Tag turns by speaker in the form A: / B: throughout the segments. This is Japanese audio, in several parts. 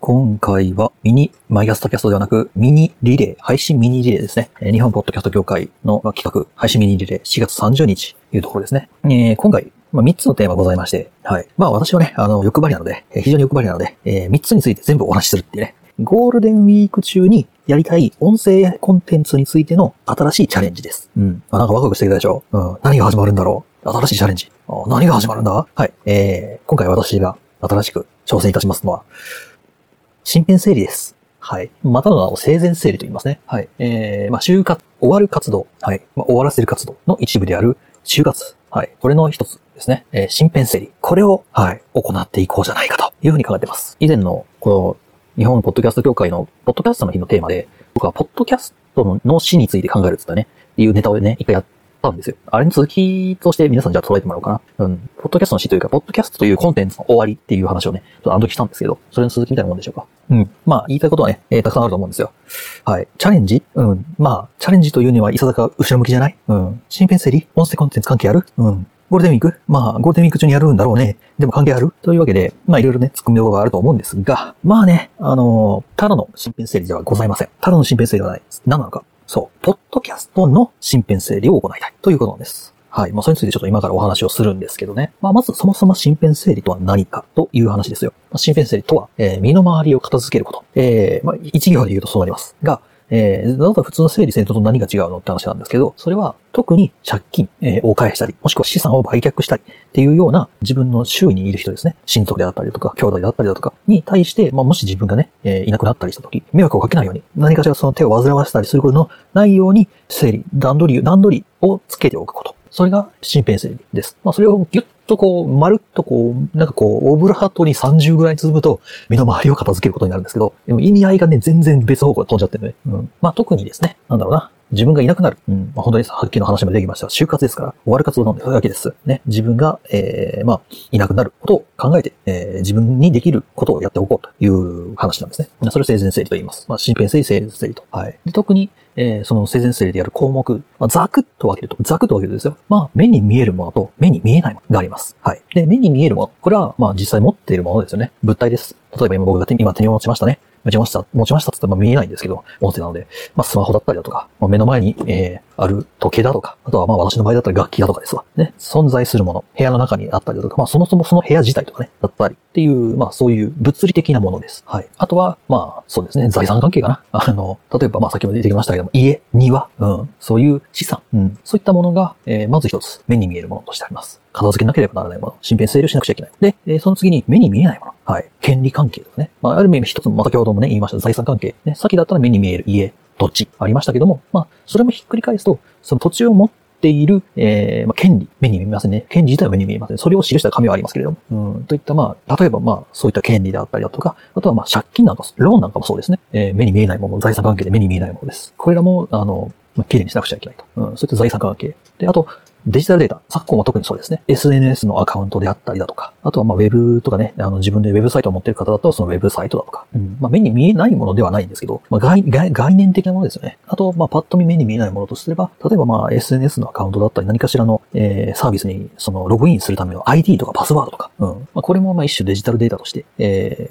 A: 今回はマイキャストキャストではなくミニリレー、配信ミニリレーですね。日本ポッドキャスト協会の企画、配信ミニリレー4月30日というところですね。今回、3つのテーマございまして、はい。私はね、欲張りなので、非常に欲張りなので、3つについて全部お話しするっていうね。ゴールデンウィーク中にやりたい音声コンテンツについての新しいチャレンジです。なんかワクワクしてきたでしょ。何が始まるんだろう。新しいチャレンジ。何が始まるんだ。はい。今回私が新しく挑戦いたしますのは、身辺整理です。はい。またの生前整理と言いますね。はい。終わる活動。はい。終わらせる活動の一部である就活。はい。これの一つですね。身辺整理。これを、はい。行っていこうじゃないかというふうに考えています。以前の、この、日本ポッドキャスト協会のポッドキャストの日のテーマで、僕はポッドキャストの死について考えるって言ったね、っていうネタをね、一回やったんですよ。あれの続きとして皆さんじゃあ捉えてもらおうかな。ポッドキャストの死というか、ポッドキャストというコンテンツの終わりっていう話をね、あの時したんですけど、それの続きみたいなもんでしょうか。言いたいことはね、たくさんあると思うんですよ。はい。チャレンジチャレンジというにはいささか後ろ向きじゃない身辺整理音声コンテンツ関係あるゴールデンウィークゴールデンウィーク中にやるんだろうね。でも関係あるというわけで、いろいろね、突っ込みどころがあると思うんですが、ただの身辺整理ではございません。ただの身辺整理ではないです。何なのか。そう。ポッドキャストの身辺整理を行いたいということなんです。はい。それについてちょっと今からお話をするんですけどね。まずそもそも身辺整理とは何かという話ですよ。身辺整理とは、身の回りを片付けること。一行で言うとそうなりますが、だと普通の整理整頓と何が違うのって話なんですけど、それは特に借金を返したり、もしくは資産を売却したりっていうような自分の周囲にいる人ですね。親族であったりだとか、兄弟であったりだとかに対して、もし自分がね、いなくなったりした時、迷惑をかけないように、何かしらその手を煩わせたりすることのないように整理、段取りをつけておくこと。それが身辺整理です。それをギュッとまるっとオブラートに30ぐらい続くと、身の回りを片付けることになるんですけど、でも意味合いがね、全然別方向に飛んじゃってるね。特にですね、自分がいなくなる。本当にさっきの話も出てきました。就活ですから、終わる活動なんで、そういうわけです。ね。自分が、いなくなることを考えて、自分にできることをやっておこうという話なんですね。それを生前整理と言います。身辺整理、生前整理と。はい。で特に、その生前整理でやる項目、ざくっと分けるとですよ。目に見えるものと目に見えないものがあります。はい。で、目に見えるもの。これは、実際持っているものですよね。物体です。例えば僕が手に持ちましたね。持ちましたって言ったら見えないんですけど、音声なので、スマホだったりだとか、目の前に、ある時計だとか、あとは私の場合だったら楽器だとかですわ。ね。存在するもの、部屋の中にあったりだとか、そもそもその部屋自体とかね、だったりっていう、そういう物理的なものです。はい。あとは、そうですね、財産関係かな。例えば、先ほど出てきましたけども、家、庭、そういう資産、そういったものが、まず一つ、目に見えるものとしてあります。片付けなければならないもの、身辺整理をしなくちゃいけない。で、その次に目に見えないもの。はい。権利関係ですね。ある意味一つ、先ほどもね、言いました財産関係。ね。先だったら目に見える家、土地、ありましたけども、それもひっくり返すと、その土地を持っている、権利、目に見えませんね。権利自体は目に見えません。それを記した紙はありますけれども。といった、例えばそういった権利であったりだとか、あとは借金なんか、ローンなんかもそうですね。目に見えないもの、財産関係で目に見えないものです。これらも、綺麗にしなくちゃいけないと。そういった財産関係。で、あと、デジタルデータ。昨今は特にそうですね。SNS のアカウントであったりだとか、あとはウェブとかね、自分でウェブサイトを持っている方だと、そのウェブサイトだとか、目に見えないものではないんですけど、概念的なものですよね。あと、パッと見目に見えないものとすれば、例えばSNS のアカウントだったり、何かしらの、サービスに、ログインするための ID とかパスワードとか、これも一種デジタルデータとして、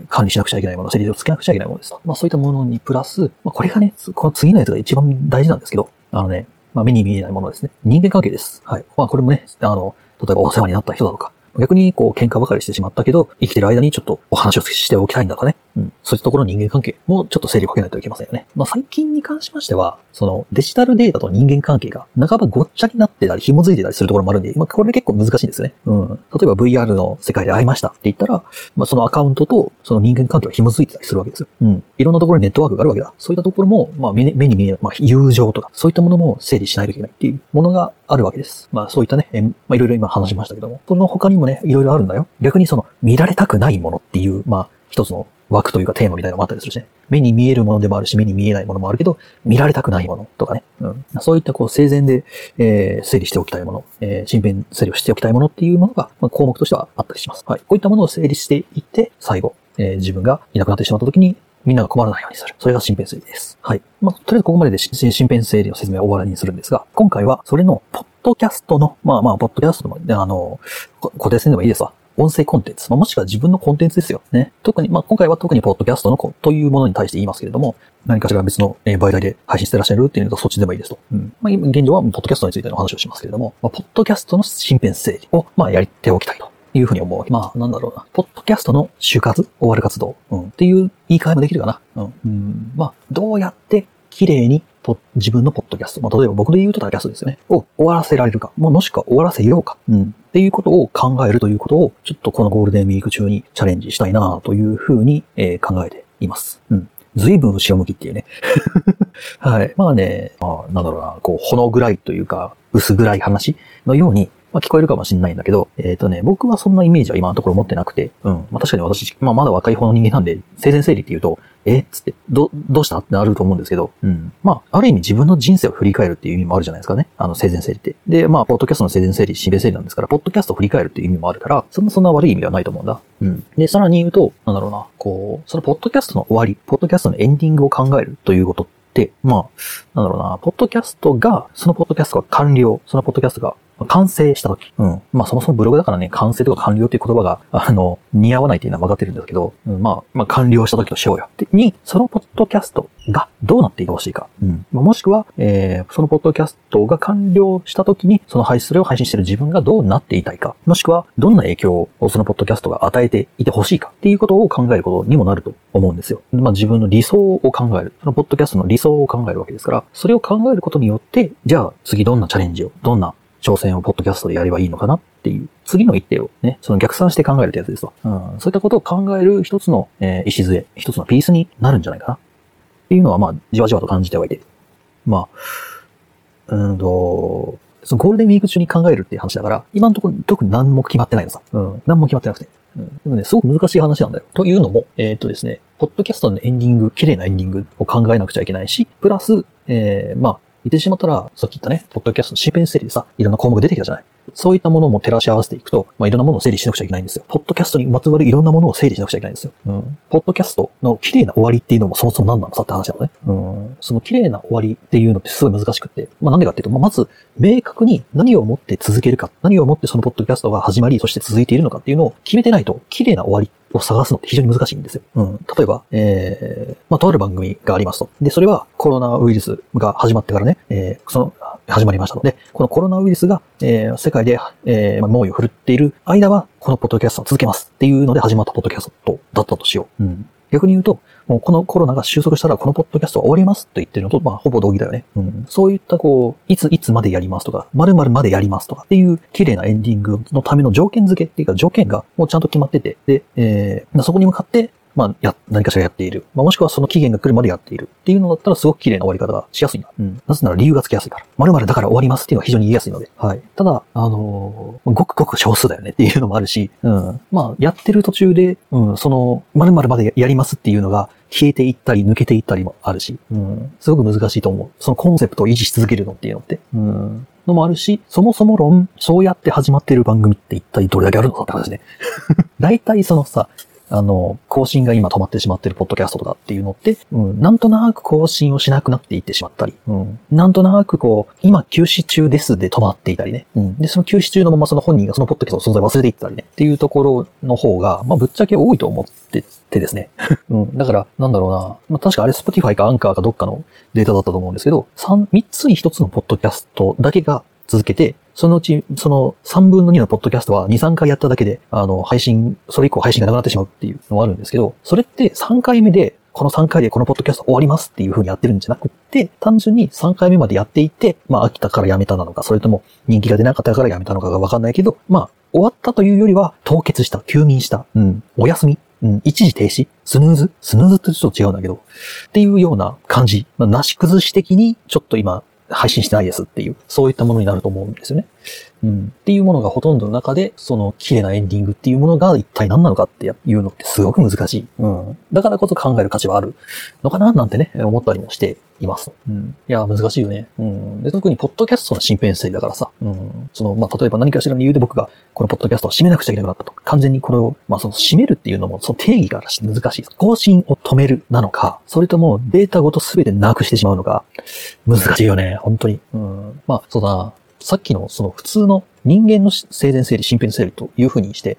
A: 管理しなくちゃいけないもの、整理をつけなくちゃいけないものですと。そういったものにプラス、これがね、この次のやつが一番大事なんですけど、目に見えないものですね。人間関係です。はい。これもね、例えばお世話になった人だとか、逆に喧嘩ばかりしてしまったけど、生きてる間にちょっとお話をしておきたいんだとかね。そういったところの人間関係もちょっと整理をかけないといけませんよね。最近に関しましては、デジタルデータと人間関係が半ばごっちゃになってたり、紐づいてたりするところもあるんで、これ結構難しいんですよね。例えば VR の世界で会いましたって言ったら、そのアカウントとその人間関係が紐づいてたりするわけですよ。いろんなところにネットワークがあるわけだ。そういったところも、目に見えない、友情とか、そういったものも整理しないといけないっていうものがあるわけです。そういったね、いろいろ今話しましたけども、その他にもね、いろいろあるんだよ。逆に見られたくないものっていう、一つの枠というかテーマみたいなのもあったりするしね。目に見えるものでもあるし、目に見えないものもあるけど、見られたくないものとかね。そういった生前で、整理しておきたいもの、身辺整理をしておきたいものっていうものが、項目としてはあったりします。はい。こういったものを整理していって、最後、自分がいなくなってしまった時に、みんなが困らないようにする。それが身辺整理です。はい。とりあえずここまでで身辺整理の説明を終わりにするんですが、今回はそれのポッドキャストの、ポッドキャストの、固定線でもいいですわ。 音声コンテンツ、もしくは自分のコンテンツですよね。特に、今回は特にポッドキャストのというものに対して言いますけれども、何かしら別の媒体で配信してらっしゃるっていうのとそっちでもいいですと。今現状はポッドキャストについての話をしますけれども、ポッドキャストの身辺整理を、やっておきたいというふうに思う。ポッドキャストの就活、終わる活動、っていう言い換えもできるかな。どうやって綺麗に自分のポッドキャスト、例えば僕で言うとタキャストですよね。を終わらせられるか、もしくは終わらせようか、っていうことを考えるということを、ちょっとこのゴールデンウィーク中にチャレンジしたいなというふうに、考えています。随分後ろ向きっていうね。はい。ほの暗いというか、薄暗い話のように、聞こえるかもしれないんだけど、僕はそんなイメージは今のところ持ってなくて、確かに私、まだ若い方の人間なんで、生前整理って言うと、つって、どうしたってなると思うんですけど、ある意味自分の人生を振り返るっていう意味もあるじゃないですかね。生前整理って。で、ポッドキャストの生前整理、身辺整理なんですから、ポッドキャストを振り返るっていう意味もあるから、そんな悪い意味ではないと思うんだ。で、さらに言うと、そのポッドキャストの終わり、ポッドキャストのエンディングを考えるということって、ポッドキャストが、そのポッドキャストが完了、そのポッドキャストが完成したとき。そもそもブログだからね、完成とか完了っていう言葉が、似合わないっていうのは分かってるんですけど、完了したときとしようよ。そのポッドキャストがどうなっていてほしいか。もしくは、そのポッドキャストが完了したときに、それを配信している自分がどうなっていたいか。もしくは、どんな影響をそのポッドキャストが与えていてほしいかっていうことを考えることにもなると思うんですよ。自分の理想を考える。そのポッドキャストの理想を考えるわけですから、それを考えることによって、じゃあ次どんなチャレンジを、どんな挑戦をポッドキャストでやればいいのかなっていう、次の一手をね、その逆算して考えるってやつですと。そういったことを考える一つの、礎、一つのピースになるんじゃないかなっていうのはじわじわと感じてはいて。そのゴールデンウィーク中に考えるっていう話だから、今のところ特に何も決まってないのさ。何も決まってなくて。でもね、すごく難しい話なんだよ。というのも、ですね、ポッドキャストのエンディング、綺麗なエンディングを考えなくちゃいけないし、プラス、言ってしまったら、さっき言ったね、ポッドキャストの身辺整理でさ、いろんな項目出てきたじゃない。そういったものも照らし合わせていくと、いろんなものを整理しなくちゃいけないんですよ。ポッドキャストにまつわるいろんなものを整理しなくちゃいけないんですよ。ポッドキャストの綺麗な終わりっていうのもそもそも何なのさって話なのね。その綺麗な終わりっていうのってすごい難しくって。なんでかっていうと、まず、明確に何をもって続けるか、何をもってそのポッドキャストが始まり、そして続いているのかっていうのを決めてないと、綺麗な終わりを探すのって非常に難しいんですよ。例えば、とある番組がありますと。で、それはコロナウイルスが始まってからね、始まりましたので、このコロナウイルスが、世界で、猛威を振るっている間は、このポッドキャストを続けますっていうので始まったポッドキャストだったとしよう。逆に言うと、もうこのコロナが収束したらこのポッドキャストは終わりますと言ってるのと、ほぼ同義だよね。そういったいつまでやりますとか、〇〇までやりますとかっていう綺麗なエンディングのための条件付けっていうか条件がもうちゃんと決まってて、で、そこに向かって、何かしらやっている。もしくはその期限が来るまでやっているっていうのだったらすごく綺麗な終わり方がしやすいな。なぜなら理由がつきやすいから。〇〇だから終わりますっていうのは非常に言いやすいので。はい。ただ、ごくごく少数だよねっていうのもあるし、やってる途中で、その、〇〇までやりますっていうのが消えていったり抜けていったりもあるし、すごく難しいと思う。そのコンセプトを維持し続けるのっていうのって。のもあるし、そもそも論、そうやって始まっている番組って一体どれだけあるのかって話ね。大体そのさ、更新が今止まってしまっているポッドキャストとかっていうのって、なんとなく更新をしなくなっていってしまったり、なんとなく今休止中ですで止まっていたりね。で、その休止中のままその本人がそのポッドキャストの存在を忘れていったりね。っていうところの方が、ぶっちゃけ多いと思っててですね。だから、なんだろうな。確かあれ Spotify か Anchor かどっかのデータだったと思うんですけど、3つに1つのポッドキャストだけが続けて、そのうち、その3分の2のポッドキャストは2、3回やっただけで、それ以降配信がなくなってしまうっていうのがあるんですけど、それって3回目で、この3回でこのポッドキャスト終わりますっていう風にやってるんじゃなくって、単純に3回目までやっていって、飽きたからやめたなのか、それとも人気が出なかったからやめたのかがわかんないけど、終わったというよりは、凍結した、休眠した、お休み、一時停止、スヌーズってちょっと違うんだけど、っていうような感じ、なし崩し的に、ちょっと今、配信してないですっていう、そういったものになると思うんですよね。っていうものがほとんどの中で、その綺麗なエンディングっていうものが一体何なのかっていうのってすごく難しい。だからこそ考える価値はあるのかななんてね、思ったりもしています。いや、難しいよね。で、特にポッドキャストの身辺整理だからさ、例えば何かしらの理由で僕がこのポッドキャストを閉めなくちゃいけなくなったと。完全にこれを、その閉めるっていうのも、その定義が難しい。更新を止めるなのか、それともデータごと全てなくしてしまうのか、難しいよね、本当に。そうだな。 さっきのその普通の人間の生前整理、身辺整理という風にして、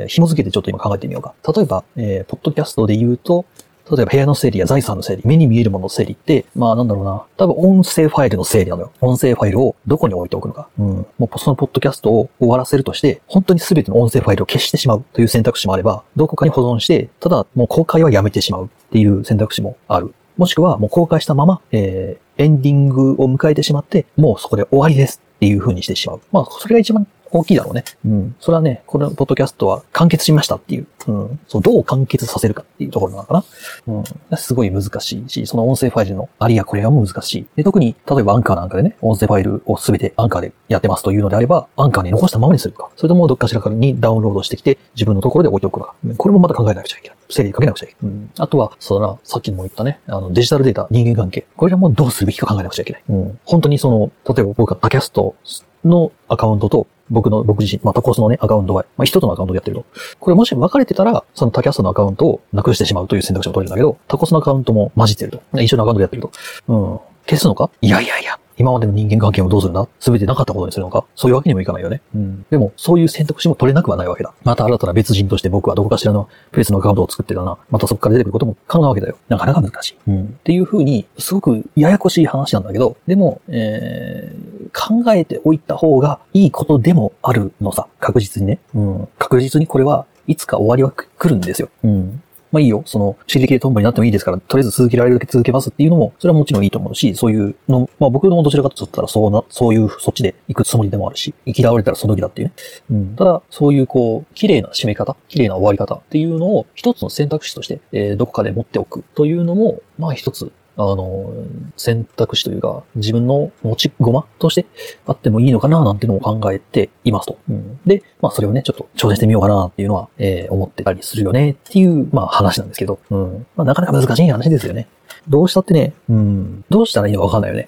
A: 紐付けてちょっと今考えてみようか。例えば、ポッドキャストで言うと、例えば部屋の整理や財産の整理、目に見えるものの整理って、まあなんだろうな。多分音声ファイルの整理なのよ。音声ファイルをどこに置いておくのか。もうそのポッドキャストを終わらせるとして、本当に全ての音声ファイルを消してしまうという選択肢もあれば、どこかに保存して、ただもう公開はやめてしまうっていう選択肢もある。もしくはもう公開したまま、エンディングを迎えてしまって、もうそこで終わりですっていう風にしてしまう。まあそれが一番大きいだろうね。それはね、このポッドキャストは完結しましたっていう。そう、どう完結させるかっていうところなのかな。すごい難しいし、その音声ファイルのありやこれはも難しい。で、特に、例えばアンカーなんかでね、音声ファイルをすべてアンカーでやってますというのであれば、アンカーに残したままにするか。それともどっかしらからにダウンロードしてきて、自分のところで置いておくか。これもまた考えなくちゃいけない。整理かけなくちゃいけない。あとは、そうだな、さっきも言ったね、デジタルデータ、人間関係。これらもどうするべきか考えなくちゃいけない。本当に例えば僕がタキャストのアカウントと、僕自身、タコスのね、アカウントは、一つのアカウントでやってると。これもし分かれてたら、そのタキャストのアカウントをなくしてしまうという選択肢を取れるんだけど、タコスのアカウントも混じってると。一緒のアカウントでやってると。消すのか？いや。今までの人間関係をどうするんだ？全てなかったことにするのか？そういうわけにもいかないよね。でも、そういう選択肢も取れなくはないわけだ。また新たな別人として僕はどこかしらのフェイスのアカウントを作ってたな。またそこから出てくることも可能なわけだよ。なかなか難しい。っていう風に、すごくややこしい話なんだけど、でも、考えておいた方がいいことでもあるのさ。確実にね。確実にこれはいつか終わりは来るんですよ。まあいいよ。自力でトンボになってもいいですから、とりあえず続けられるだけ続けますっていうのも、それはもちろんいいと思うし、そういうの、まあ僕のどちらかと言ったらそういうそっちで行くつもりでもあるし、生き倒れたらその時だっていうね。ただ、そういう綺麗な締め方、綺麗な終わり方っていうのを一つの選択肢として、どこかで持っておくというのも、まあ一つ、選択肢というか、自分の持ち駒としてあってもいいのかななんていうのを考えていますと。で、まあそれをね、ちょっと挑戦してみようかなっていうのは、思ってたりするよねっていう、まあ話なんですけど、まあなかなか難しい話ですよね。どうしたってね、どうしたらいいのかわかんないよね。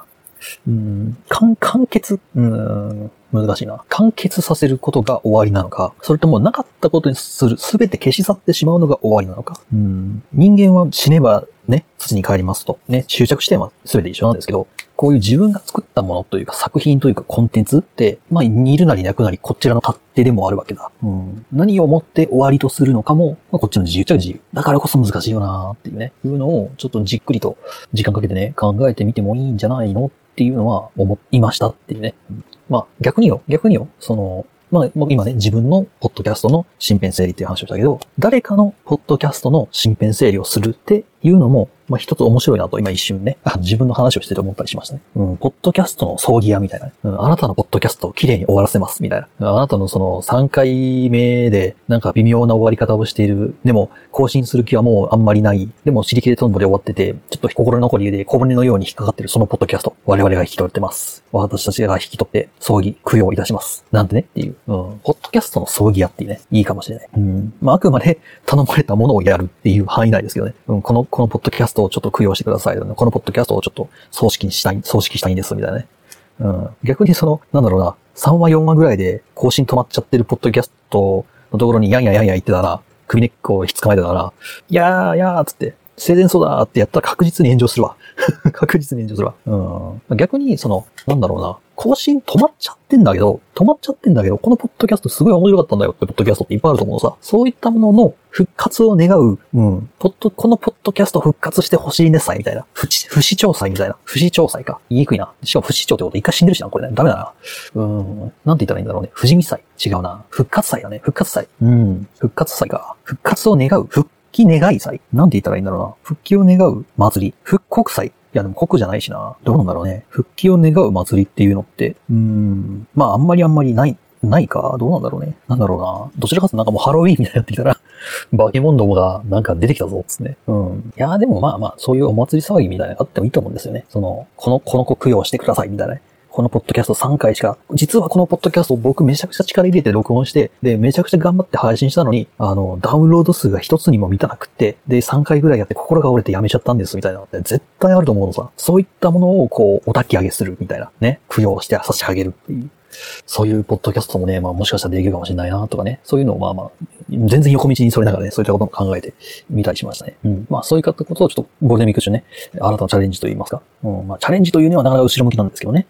A: 完結、難しいな。完結させることが終わりなのか、それともなかったことにする、すべて消し去ってしまうのが終わりなのか。人間は死ねばね、土に帰りますと。ね、執着視点はすべて一緒なんですけど、こういう自分が作ったものというか作品というかコンテンツって、まあ、いるなりなくなりこちらの勝手でもあるわけだ。何をもって終わりとするのかも、まあ、こっちの自由っちゃ自由。だからこそ難しいよなーっていうね。いうのをちょっとじっくりと時間かけてね、考えてみてもいいんじゃないのっていうのは思いましたっていうね。まあ逆によ、まあ今ね、自分のポッドキャストの身辺整理っていう話をしたけど、誰かのポッドキャストの身辺整理をするっていうのも、まあ一つ面白いなと今一瞬ね、自分の話をしてて思ったりしましたね。ポッドキャストの葬儀屋みたいな、あなたのポッドキャストをきれいに終わらせますみたいな。あなたの3回目でなんか微妙な終わり方をしている。でも更新する気はもうあんまりない。でも尻切れトンボで終わってて、ちょっと心残りで小骨のように引っかかってるそのポッドキャスト。我々が引き取ってます。私たちが引き取って葬儀、供養いたします。なんてねっていう。ポッドキャストの葬儀屋っていうね、いいかもしれない。まああくまで頼まれたものをやるっていう範囲内ですけどね。このポッドキャストをちょっと供養してください。このポッドキャストをちょっと葬式したいんです、みたいなね。逆になんだろうな、3話4話ぐらいで更新止まっちゃってるポッドキャストのところにやんや言ってたら、首根っこをひっつかまえてたら、やーつって、生前そうだーってやったら確実に炎上するわ。確実に炎上するわ。逆になんだろうな、更新止まっちゃってんだけど、このポッドキャストすごい面白かったんだよってポッドキャストっていっぱいあると思うのさ。そういったものの復活を願う、このポッドキャスト復活してほしいね祭みたいな。不死鳥祭みたいな。不死鳥祭か。言いにくいな。しかも不死鳥ってこと一回死んでるしな、これね。ダメだな。なんて言ったらいいんだろうね。不死身祭。違うな。復活祭だね。復活祭。復活祭か。復活を願う。復帰願い祭。なんて言ったらいいんだろうな。復帰を願う祭り。復刻祭。いやでも国じゃないしな。どうなんだろうね。復帰を願う祭りっていうのって、まああんまりないかどうなんだろうね。なんだろうな。どちらかというとなんかもうハロウィーンみたいになってきたら、バケモンどもがなんか出てきたぞ、つってね。いやでもまあ、そういうお祭り騒ぎみたいなのがあってもいいと思うんですよね。この子供養してください、みたいなね。このポッドキャスト3回しか、実はこのポッドキャストを僕めちゃくちゃ力入れて録音して、で、めちゃくちゃ頑張って配信したのに、ダウンロード数が一つにも満たなくって、で、3回ぐらいやって心が折れてやめちゃったんです、みたいなのって絶対あると思うのさ。そういったものをお焚き上げするみたいな、ね。供養して差し上げるっていう。そういうポッドキャストもね、まあもしかしたらできるかもしれないなとかね。そういうのをまあ、全然横道にそれながらね、そういったことも考えてみたりしましたね。まあそういったことをちょっとゴールデンウィーク中ね、新たなチャレンジといいますか。まあチャレンジというにはなかなか後ろ向きなんですけどね。はい。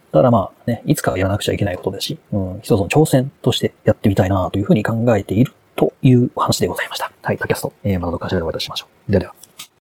A: だからまあね、いつかやらなくちゃいけないことですし、一つの挑戦としてやってみたいなというふうに考えているというお話でございました。はい、タキャスト、またどっかしらでお会いいたしましょう。ではでは。